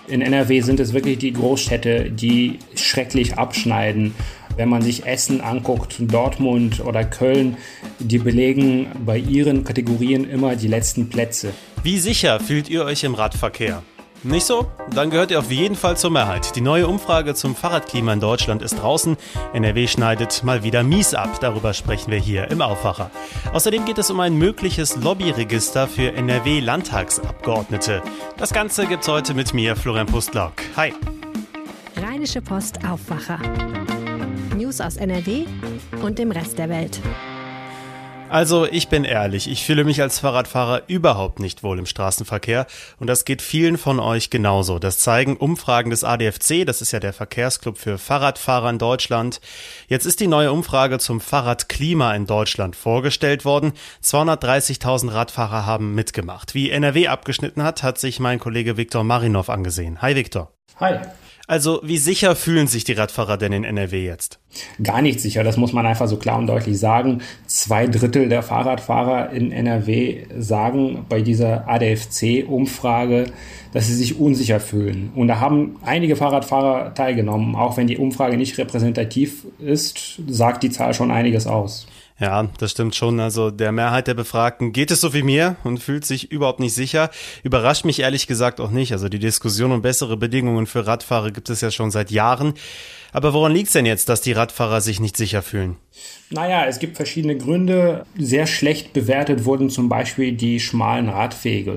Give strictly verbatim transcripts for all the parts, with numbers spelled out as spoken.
In N R W sind es wirklich die Großstädte, die schrecklich abschneiden. Wenn man sich Essen anguckt, Dortmund oder Köln, die belegen bei ihren Kategorien immer die letzten Plätze. Wie sicher fühlt ihr euch im Radverkehr? Nicht so? Dann gehört ihr auf jeden Fall zur Mehrheit. Die neue Umfrage zum Fahrradklima in Deutschland ist draußen. N R W schneidet mal wieder mies ab. Darüber sprechen wir hier im Aufwacher. Außerdem geht es um ein mögliches Lobbyregister für N R W-Landtagsabgeordnete. Das Ganze gibt's heute mit mir, Florian Pustlauk. Hi. Rheinische Post Aufwacher. News aus N R W und dem Rest der Welt. Also, ich bin ehrlich, ich fühle mich als Fahrradfahrer überhaupt nicht wohl im Straßenverkehr und das geht vielen von euch genauso. Das zeigen Umfragen des A D F C, das ist ja der Verkehrsclub für Fahrradfahrer in Deutschland. Jetzt ist die neue Umfrage zum Fahrradklima in Deutschland vorgestellt worden. zweihundertdreißigtausend Radfahrer haben mitgemacht. Wie N R W abgeschnitten hat, hat sich mein Kollege Viktor Marinov angesehen. Hi Viktor. Hi. Also, wie sicher fühlen sich die Radfahrer denn in N R W jetzt? Gar nicht sicher, das muss man einfach so klar und deutlich sagen. Zwei Drittel der Fahrradfahrer in N R W sagen bei dieser A D F C-Umfrage, dass sie sich unsicher fühlen. Und da haben einige Fahrradfahrer teilgenommen. Auch wenn die Umfrage nicht repräsentativ ist, sagt die Zahl schon einiges aus. Ja, das stimmt schon. Also der Mehrheit der Befragten geht es so wie mir und fühlt sich überhaupt nicht sicher. Überrascht mich ehrlich gesagt auch nicht. Also die Diskussion um bessere Bedingungen für Radfahrer gibt es ja schon seit Jahren. Aber woran liegt es denn jetzt, dass die Radfahrer sich nicht sicher fühlen? Naja, es gibt verschiedene Gründe. Sehr schlecht bewertet wurden zum Beispiel die schmalen Radwege.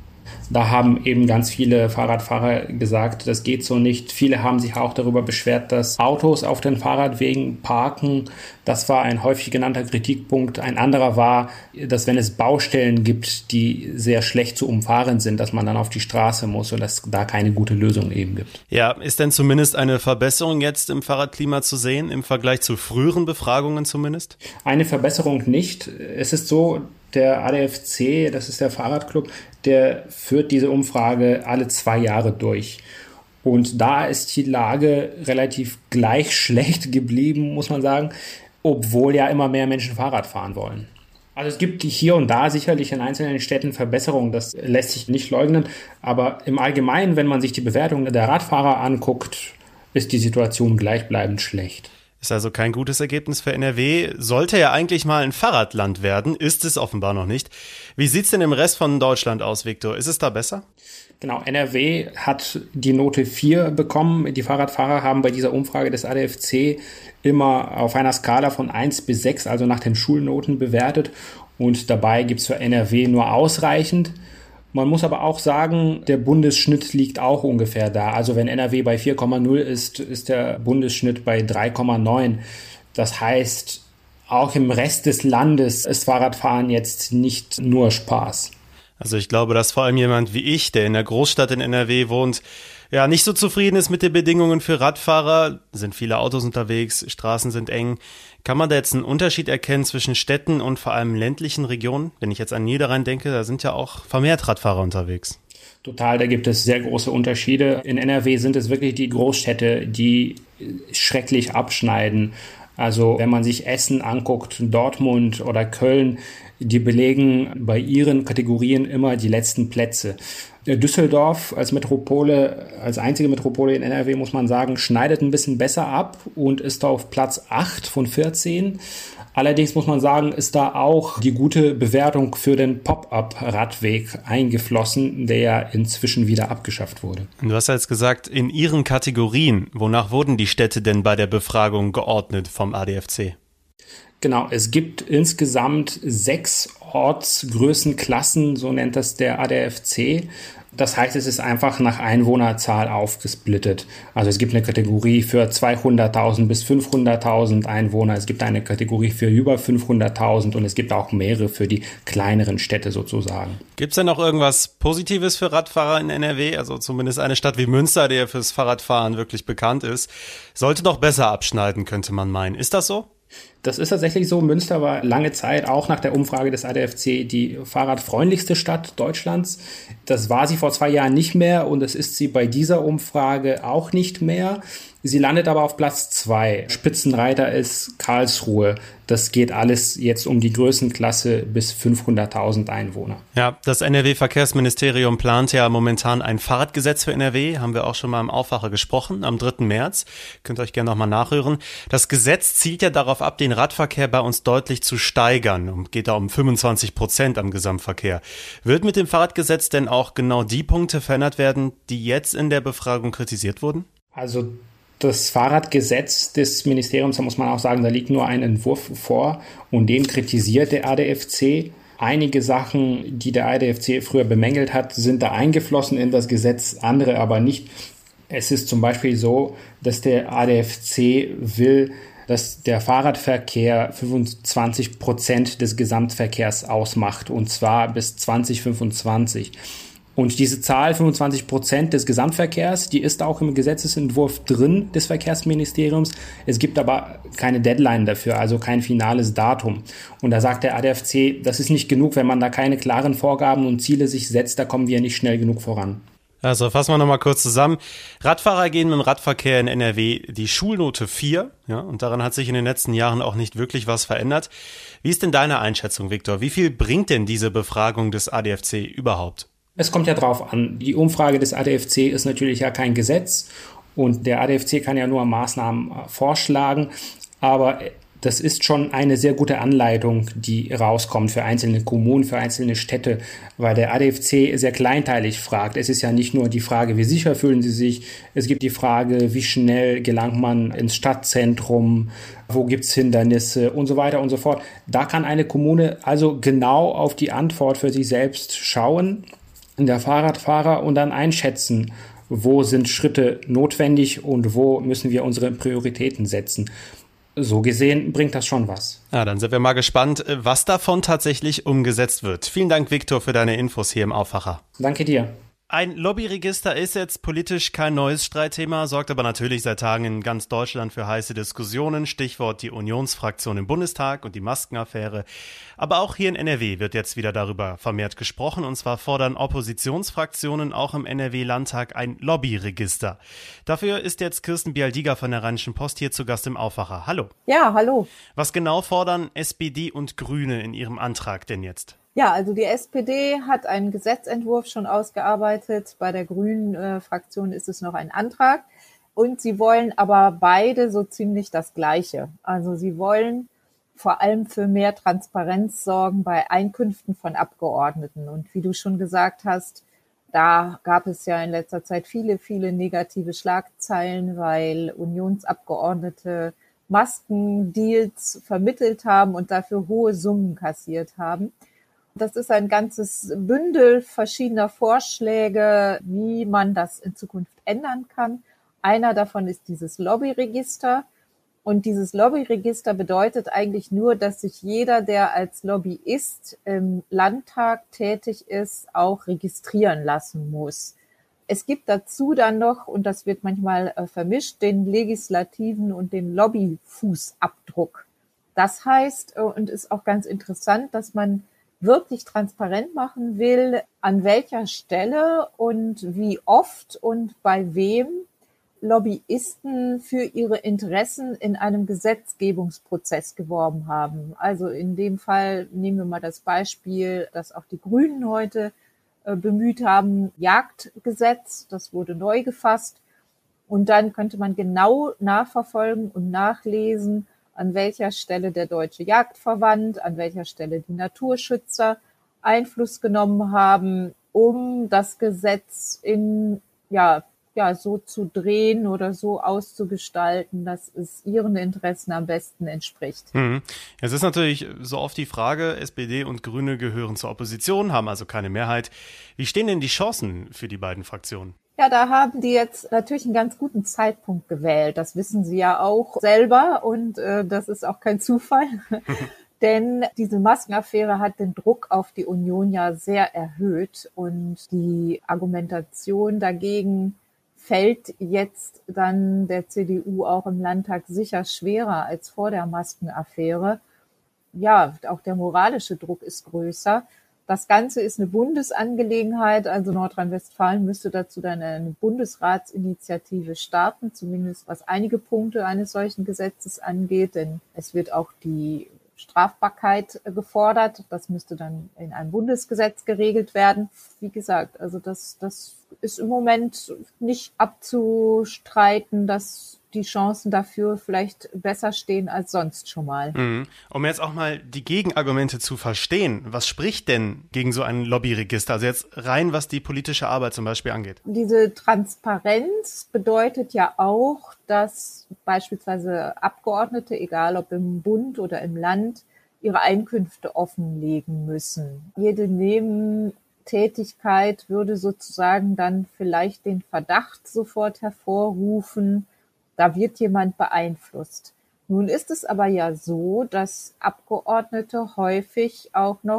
Da haben eben ganz viele Fahrradfahrer gesagt, das geht so nicht. Viele haben sich auch darüber beschwert, dass Autos auf den Fahrradwegen parken. Das war ein häufig genannter Kritikpunkt. Ein anderer war, dass wenn es Baustellen gibt, die sehr schlecht zu umfahren sind, dass man dann auf die Straße muss und dass da keine gute Lösung eben gibt. Ja, ist denn zumindest eine Verbesserung jetzt im Fahrradklima zu sehen, im Vergleich zu früheren Befragungen zumindest? Eine Verbesserung nicht. Es ist so, der A D F C, das ist der Fahrradclub, der führt diese Umfrage alle zwei Jahre durch. Und da ist die Lage relativ gleich schlecht geblieben, muss man sagen, obwohl ja immer mehr Menschen Fahrrad fahren wollen. Also es gibt hier und da sicherlich in einzelnen Städten Verbesserungen, das lässt sich nicht leugnen. Aber im Allgemeinen, wenn man sich die Bewertung der Radfahrer anguckt, ist die Situation gleichbleibend schlecht. Ist also kein gutes Ergebnis für N R W. Sollte ja eigentlich mal ein Fahrradland werden, ist es offenbar noch nicht. Wie sieht's denn im Rest von Deutschland aus, Viktor? Ist es da besser? Genau, N R W hat die Note vier bekommen. Die Fahrradfahrer haben bei dieser Umfrage des A D F C immer auf einer Skala von eins bis sechs, also nach den Schulnoten bewertet. Und dabei gibt's für N R W nur ausreichend. Man muss aber auch sagen, der Bundesschnitt liegt auch ungefähr da. Also wenn N R W bei vier Komma null ist, ist der Bundesschnitt bei drei Komma neun. Das heißt, auch im Rest des Landes ist Fahrradfahren jetzt nicht nur Spaß. Also ich glaube, dass vor allem jemand wie ich, der in der Großstadt in N R W wohnt, ja nicht so zufrieden ist mit den Bedingungen für Radfahrer. Sind viele Autos unterwegs, Straßen sind eng. Kann man da jetzt einen Unterschied erkennen zwischen Städten und vor allem ländlichen Regionen? Wenn ich jetzt an Niederrhein denke, da sind ja auch vermehrt Radfahrer unterwegs. Total, da gibt es sehr große Unterschiede. In N R W sind es wirklich die Großstädte, die schrecklich abschneiden. Also wenn man sich Essen anguckt, Dortmund oder Köln, die belegen bei ihren Kategorien immer die letzten Plätze. Düsseldorf als Metropole, als einzige Metropole in N R W, muss man sagen, schneidet ein bisschen besser ab und ist auf Platz acht von vierzehn. Allerdings muss man sagen, ist da auch die gute Bewertung für den Pop-up-Radweg eingeflossen, der ja inzwischen wieder abgeschafft wurde. Du hast ja jetzt gesagt, in ihren Kategorien, wonach wurden die Städte denn bei der Befragung geordnet vom A D F C? Genau, es gibt insgesamt sechs Ortsgrößenklassen, so nennt das der A D F C. Das heißt, es ist einfach nach Einwohnerzahl aufgesplittet. Also es gibt eine Kategorie für zweihunderttausend bis fünfhunderttausend Einwohner, es gibt eine Kategorie für über fünfhunderttausend und es gibt auch mehrere für die kleineren Städte sozusagen. Gibt es denn noch irgendwas Positives für Radfahrer in N R W? Also zumindest eine Stadt wie Münster, die ja fürs Fahrradfahren wirklich bekannt ist, sollte doch besser abschneiden, könnte man meinen. Ist das so? Das ist tatsächlich so. Münster war lange Zeit, auch nach der Umfrage des A D F C, die fahrradfreundlichste Stadt Deutschlands. Das war sie vor zwei Jahren nicht mehr und das ist sie bei dieser Umfrage auch nicht mehr. Sie landet aber auf Platz zwei. Spitzenreiter ist Karlsruhe. Das geht alles jetzt um die Größenklasse bis fünfhunderttausend Einwohner. Ja, das N R W-Verkehrsministerium plant ja momentan ein Fahrradgesetz für N R W. Haben wir auch schon mal im Aufwacher gesprochen, am dritten März. Könnt ihr euch gerne nochmal nachhören. Das Gesetz zielt ja darauf ab, den Radverkehr bei uns deutlich zu steigern. Und geht da um fünfundzwanzig Prozent am Gesamtverkehr. Wird mit dem Fahrradgesetz denn auch genau die Punkte verändert werden, die jetzt in der Befragung kritisiert wurden? Also das Fahrradgesetz des Ministeriums, da muss man auch sagen, da liegt nur ein Entwurf vor und den kritisiert der A D F C. Einige Sachen, die der A D F C früher bemängelt hat, sind da eingeflossen in das Gesetz, andere aber nicht. Es ist zum Beispiel so, dass der A D F C will, dass der Fahrradverkehr fünfundzwanzig Prozent des Gesamtverkehrs ausmacht, und zwar bis zwanzig fünfundzwanzig. Und diese Zahl, fünfundzwanzig Prozent des Gesamtverkehrs, die ist auch im Gesetzesentwurf drin des Verkehrsministeriums. Es gibt aber keine Deadline dafür, also kein finales Datum. Und da sagt der A D F C, das ist nicht genug, wenn man da keine klaren Vorgaben und Ziele sich setzt, da kommen wir nicht schnell genug voran. Also fassen wir nochmal kurz zusammen. Radfahrer gehen mit dem Radverkehr in N R W die Schulnote vier, ja, und daran hat sich in den letzten Jahren auch nicht wirklich was verändert. Wie ist denn deine Einschätzung, Viktor? Wie viel bringt denn diese Befragung des A D F C überhaupt? Es kommt ja drauf an. Die Umfrage des A D F C ist natürlich ja kein Gesetz und der A D F C kann ja nur Maßnahmen vorschlagen, aber das ist schon eine sehr gute Anleitung, die rauskommt für einzelne Kommunen, für einzelne Städte, weil der A D F C sehr kleinteilig fragt. Es ist ja nicht nur die Frage, wie sicher fühlen Sie sich, es gibt die Frage, wie schnell gelangt man ins Stadtzentrum, wo gibt's Hindernisse und so weiter und so fort. Da kann eine Kommune also genau auf die Antwort für sich selbst schauen, der Fahrradfahrer, und dann einschätzen, wo sind Schritte notwendig und wo müssen wir unsere Prioritäten setzen. So gesehen bringt das schon was. Ja, dann sind wir mal gespannt, was davon tatsächlich umgesetzt wird. Vielen Dank, Viktor, für deine Infos hier im Aufwacher. Danke dir. Ein Lobbyregister ist jetzt politisch kein neues Streitthema, sorgt aber natürlich seit Tagen in ganz Deutschland für heiße Diskussionen. Stichwort die Unionsfraktion im Bundestag und die Maskenaffäre. Aber auch hier in N R W wird jetzt wieder darüber vermehrt gesprochen. Und zwar fordern Oppositionsfraktionen auch im N R W-Landtag ein Lobbyregister. Dafür ist jetzt Kirsten Bialdiger von der Rheinischen Post hier zu Gast im Aufwacher. Hallo. Ja, hallo. Was genau fordern S P D und Grüne in ihrem Antrag denn jetzt? Ja, also die S P D hat einen Gesetzentwurf schon ausgearbeitet. Bei der Grünen äh, Fraktion ist es noch ein Antrag. Und sie wollen aber beide so ziemlich das Gleiche. Also sie wollen vor allem für mehr Transparenz sorgen bei Einkünften von Abgeordneten. Und wie du schon gesagt hast, da gab es ja in letzter Zeit viele, viele negative Schlagzeilen, weil Unionsabgeordnete Maskendeals vermittelt haben und dafür hohe Summen kassiert haben. Das ist ein ganzes Bündel verschiedener Vorschläge, wie man das in Zukunft ändern kann. Einer davon ist dieses Lobbyregister. Und dieses Lobbyregister bedeutet eigentlich nur, dass sich jeder, der als Lobbyist im Landtag tätig ist, auch registrieren lassen muss. Es gibt dazu dann noch, und das wird manchmal äh, vermischt, den legislativen und den Lobbyfußabdruck. Das heißt, äh, und ist auch ganz interessant, dass man wirklich transparent machen will, an welcher Stelle und wie oft und bei wem Lobbyisten für ihre Interessen in einem Gesetzgebungsprozess geworben haben. Also in dem Fall nehmen wir mal das Beispiel, das auch die Grünen heute äh, bemüht haben, Jagdgesetz, das wurde neu gefasst. Und dann könnte man genau nachverfolgen und nachlesen, an welcher Stelle der Deutsche Jagdverband, an welcher Stelle die Naturschützer Einfluss genommen haben, um das Gesetz in, ja, ja, so zu drehen oder so auszugestalten, dass es ihren Interessen am besten entspricht. Hm. Es ist natürlich so oft die Frage, S P D und Grüne gehören zur Opposition, haben also keine Mehrheit. Wie stehen denn die Chancen für die beiden Fraktionen? Ja, da haben die jetzt natürlich einen ganz guten Zeitpunkt gewählt. Das wissen sie ja auch selber und äh, das ist auch kein Zufall. Denn diese Maskenaffäre hat den Druck auf die Union ja sehr erhöht und die Argumentation dagegen fällt jetzt dann der C D U auch im Landtag sicher schwerer als vor der Maskenaffäre. Ja, auch der moralische Druck ist größer. Das Ganze ist eine Bundesangelegenheit, also Nordrhein-Westfalen müsste dazu dann eine Bundesratsinitiative starten, zumindest was einige Punkte eines solchen Gesetzes angeht, denn es wird auch die Strafbarkeit gefordert. Das müsste dann in einem Bundesgesetz geregelt werden. Wie gesagt, also das, das ist im Moment nicht abzustreiten, dass die Chancen dafür vielleicht besser stehen als sonst schon mal. Mhm. Um jetzt auch mal die Gegenargumente zu verstehen, was spricht denn gegen so ein Lobbyregister? Also jetzt rein, was die politische Arbeit zum Beispiel angeht. Diese Transparenz bedeutet ja auch, dass beispielsweise Abgeordnete, egal ob im Bund oder im Land, ihre Einkünfte offenlegen müssen. Jede Nebentätigkeit würde sozusagen dann vielleicht den Verdacht sofort hervorrufen, da wird jemand beeinflusst. Nun ist es aber ja so, dass Abgeordnete häufig auch noch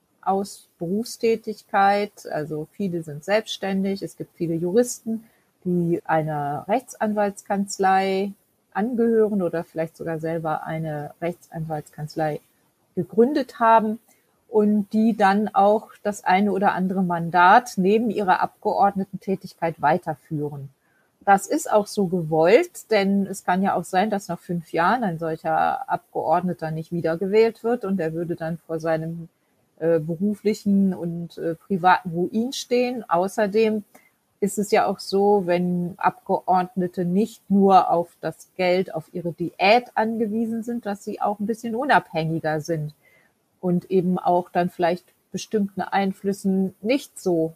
aus Berufstätigkeit, also viele sind selbstständig, es gibt viele Juristen, die einer Rechtsanwaltskanzlei angehören oder vielleicht sogar selber eine Rechtsanwaltskanzlei gegründet haben und die dann auch das eine oder andere Mandat neben ihrer Abgeordnetentätigkeit weiterführen. Das ist auch so gewollt, denn es kann ja auch sein, dass nach fünf Jahren ein solcher Abgeordneter nicht wiedergewählt wird und er würde dann vor seinem äh, beruflichen und äh, privaten Ruin stehen. Außerdem ist es ja auch so, wenn Abgeordnete nicht nur auf das Geld, auf ihre Diät angewiesen sind, dass sie auch ein bisschen unabhängiger sind und eben auch dann vielleicht bestimmten Einflüssen nicht so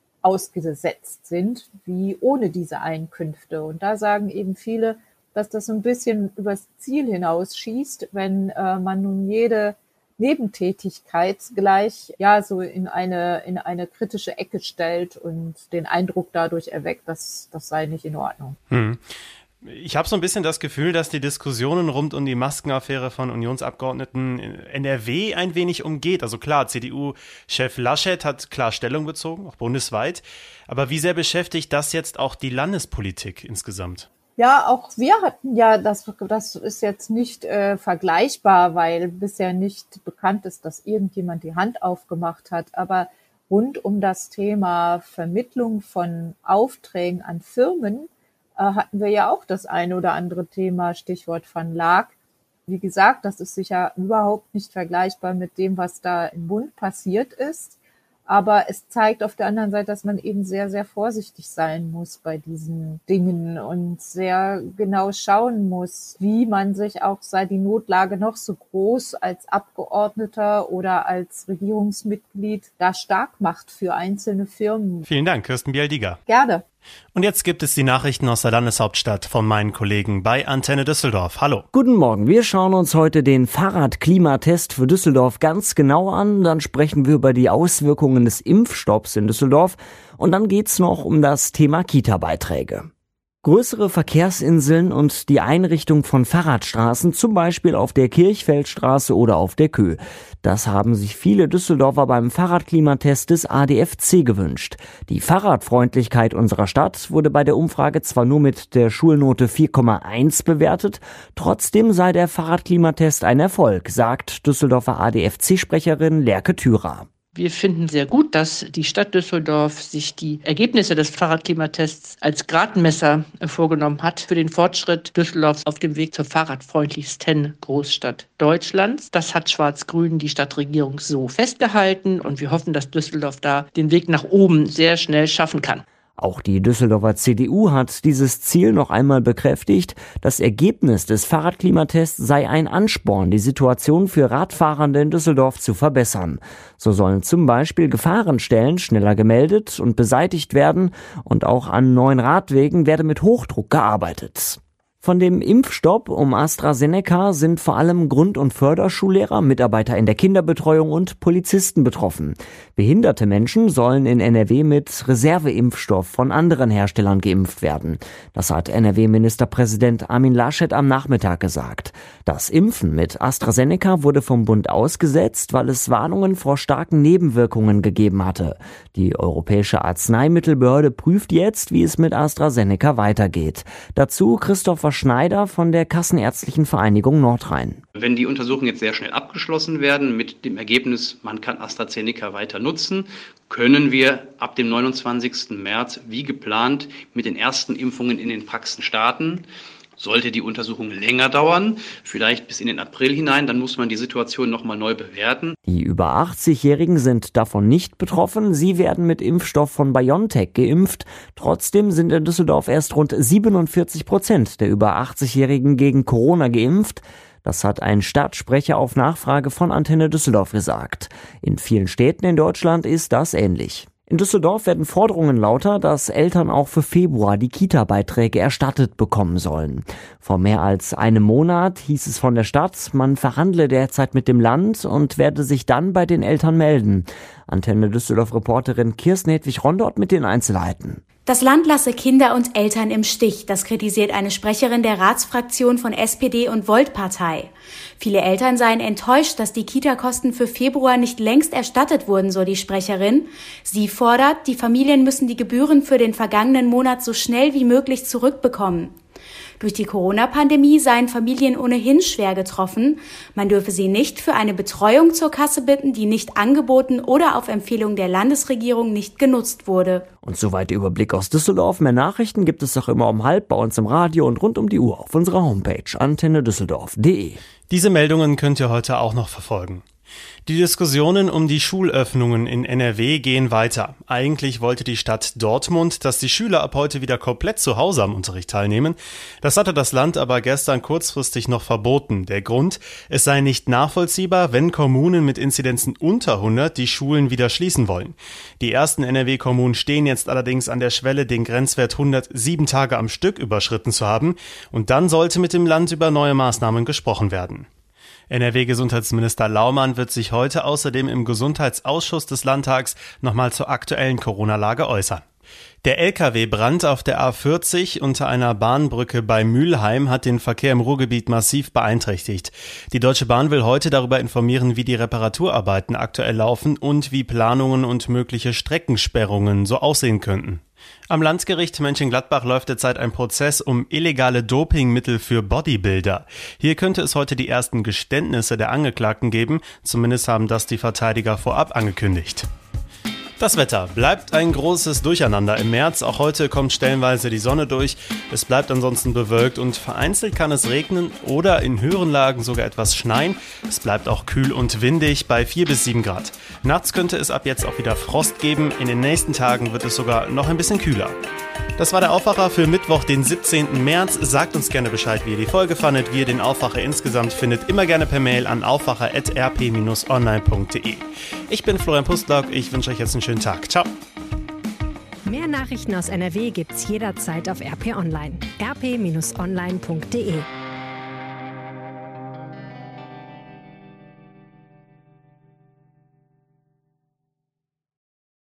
ausgesetzt sind, wie ohne diese Einkünfte. Und da sagen eben viele, dass das ein bisschen übers Ziel hinausschießt, wenn äh, man nun jede Nebentätigkeit gleich ja so in eine in eine kritische Ecke stellt und den Eindruck dadurch erweckt, dass das sei nicht in Ordnung. Hm. Ich habe so ein bisschen das Gefühl, dass die Diskussionen rund um die Maskenaffäre von Unionsabgeordneten in N R W ein wenig umgeht. Also klar, C D U-Chef Laschet hat klar Stellung bezogen, auch bundesweit. Aber wie sehr beschäftigt das jetzt auch die Landespolitik insgesamt? Ja, auch wir hatten ja, das, das ist jetzt nicht äh, vergleichbar, weil bisher nicht bekannt ist, dass irgendjemand die Hand aufgemacht hat. Aber rund um das Thema Vermittlung von Aufträgen an Firmen hatten wir ja auch das eine oder andere Thema, Stichwort Van Laak. Wie gesagt, das ist sicher überhaupt nicht vergleichbar mit dem, was da im Bund passiert ist. Aber es zeigt auf der anderen Seite, dass man eben sehr, sehr vorsichtig sein muss bei diesen Dingen und sehr genau schauen muss, wie man sich auch, sei die Notlage noch so groß, als Abgeordneter oder als Regierungsmitglied da stark macht für einzelne Firmen. Vielen Dank, Kirsten Bialdiger. Gerne. Und jetzt gibt es die Nachrichten aus der Landeshauptstadt von meinen Kollegen bei Antenne Düsseldorf. Hallo. Guten Morgen. Wir schauen uns heute den Fahrradklimatest für Düsseldorf ganz genau an. Dann sprechen wir über die Auswirkungen des Impfstopps in Düsseldorf. Und dann geht's noch um das Thema Kita-Beiträge. Größere Verkehrsinseln und die Einrichtung von Fahrradstraßen, zum Beispiel auf der Kirchfeldstraße oder auf der Kö. Das haben sich viele Düsseldorfer beim Fahrradklimatest des A D F C gewünscht. Die Fahrradfreundlichkeit unserer Stadt wurde bei der Umfrage zwar nur mit der Schulnote vier Komma eins bewertet, trotzdem sei der Fahrradklimatest ein Erfolg, sagt Düsseldorfer A D F C-Sprecherin Lerke Thürer. Wir finden sehr gut, dass die Stadt Düsseldorf sich die Ergebnisse des Fahrradklimatests als Gradmesser vorgenommen hat für den Fortschritt Düsseldorfs auf dem Weg zur fahrradfreundlichsten Großstadt Deutschlands. Das hat Schwarz-Grün, die Stadtregierung, so festgehalten und wir hoffen, dass Düsseldorf da den Weg nach oben sehr schnell schaffen kann. Auch die Düsseldorfer C D U hat dieses Ziel noch einmal bekräftigt. Das Ergebnis des Fahrradklimatests sei ein Ansporn, die Situation für Radfahrende in Düsseldorf zu verbessern. So sollen zum Beispiel Gefahrenstellen schneller gemeldet und beseitigt werden und auch an neuen Radwegen werde mit Hochdruck gearbeitet. Von dem Impfstopp um AstraZeneca sind vor allem Grund- und Förderschullehrer, Mitarbeiter in der Kinderbetreuung und Polizisten betroffen. Behinderte Menschen sollen in N R W mit Reserveimpfstoff von anderen Herstellern geimpft werden. Das hat N R W-Ministerpräsident Armin Laschet am Nachmittag gesagt. Das Impfen mit AstraZeneca wurde vom Bund ausgesetzt, weil es Warnungen vor starken Nebenwirkungen gegeben hatte. Die Europäische Arzneimittelbehörde prüft jetzt, wie es mit AstraZeneca weitergeht. Dazu Christopher Schneider von der Kassenärztlichen Vereinigung Nordrhein. Wenn die Untersuchungen jetzt sehr schnell abgeschlossen werden mit dem Ergebnis, man kann AstraZeneca weiter nutzen, können wir ab dem neunundzwanzigsten März wie geplant mit den ersten Impfungen in den Praxen starten. Sollte die Untersuchung länger dauern, vielleicht bis in den April hinein, dann muss man die Situation nochmal neu bewerten. Die über achtzigjährigen sind davon nicht betroffen. Sie werden mit Impfstoff von BioNTech geimpft. Trotzdem sind in Düsseldorf erst rund siebenundvierzig Prozent der über achtzigjährigen gegen Corona geimpft. Das hat ein Stadtsprecher auf Nachfrage von Antenne Düsseldorf gesagt. In vielen Städten in Deutschland ist das ähnlich. In Düsseldorf werden Forderungen lauter, dass Eltern auch für Februar die Kita-Beiträge erstattet bekommen sollen. Vor mehr als einem Monat hieß es von der Stadt, man verhandle derzeit mit dem Land und werde sich dann bei den Eltern melden. Antenne Düsseldorf-Reporterin Kirsten Hedwig-Rondort mit den Einzelheiten. Das Land lasse Kinder und Eltern im Stich, das kritisiert eine Sprecherin der Ratsfraktion von S P D und Volt-Partei. Viele Eltern seien enttäuscht, dass die Kita-Kosten für Februar nicht längst erstattet wurden, so die Sprecherin. Sie fordert, die Familien müssen die Gebühren für den vergangenen Monat so schnell wie möglich zurückbekommen. Durch die Corona-Pandemie seien Familien ohnehin schwer getroffen. Man dürfe sie nicht für eine Betreuung zur Kasse bitten, die nicht angeboten oder auf Empfehlung der Landesregierung nicht genutzt wurde. Und soweit der Überblick aus Düsseldorf. Mehr Nachrichten gibt es auch immer um halb bei uns im Radio und rund um die Uhr auf unserer Homepage antenne düsseldorf punkt de. Diese Meldungen könnt ihr heute auch noch verfolgen. Die Diskussionen um die Schulöffnungen in N R W gehen weiter. Eigentlich wollte die Stadt Dortmund, dass die Schüler ab heute wieder komplett zu Hause am Unterricht teilnehmen. Das hatte das Land aber gestern kurzfristig noch verboten. Der Grund: Es sei nicht nachvollziehbar, wenn Kommunen mit Inzidenzen unter hundert die Schulen wieder schließen wollen. Die ersten N R W-Kommunen stehen jetzt allerdings an der Schwelle, den Grenzwert hundert sieben Tage am Stück überschritten zu haben. Und dann sollte mit dem Land über neue Maßnahmen gesprochen werden. N R W-Gesundheitsminister Laumann wird sich heute außerdem im Gesundheitsausschuss des Landtags nochmal zur aktuellen Corona-Lage äußern. Der L K W-Brand auf der A vierzig unter einer Bahnbrücke bei Mülheim hat den Verkehr im Ruhrgebiet massiv beeinträchtigt. Die Deutsche Bahn will heute darüber informieren, wie die Reparaturarbeiten aktuell laufen und wie Planungen und mögliche Streckensperrungen so aussehen könnten. Am Landgericht Mönchengladbach läuft derzeit ein Prozess um illegale Dopingmittel für Bodybuilder. Hier könnte es heute die ersten Geständnisse der Angeklagten geben, zumindest haben das die Verteidiger vorab angekündigt. Das Wetter bleibt ein großes Durcheinander im März. Auch heute kommt stellenweise die Sonne durch. Es bleibt ansonsten bewölkt und vereinzelt kann es regnen oder in höheren Lagen sogar etwas schneien. Es bleibt auch kühl und windig bei vier bis sieben Grad. Nachts könnte es ab jetzt auch wieder Frost geben. In den nächsten Tagen wird es sogar noch ein bisschen kühler. Das war der Aufwacher für Mittwoch, den siebzehnten März. Sagt uns gerne Bescheid, wie ihr die Folge fandet, wie ihr den Aufwacher insgesamt findet. Immer gerne per Mail an aufwacher at r p dash online punkt de. Ich bin Florian Pustlauk. Ich wünsche euch jetzt einen schönen Tag. Ciao. Mehr Nachrichten aus N R W gibt's jederzeit auf R P Online. r p dash online punkt de.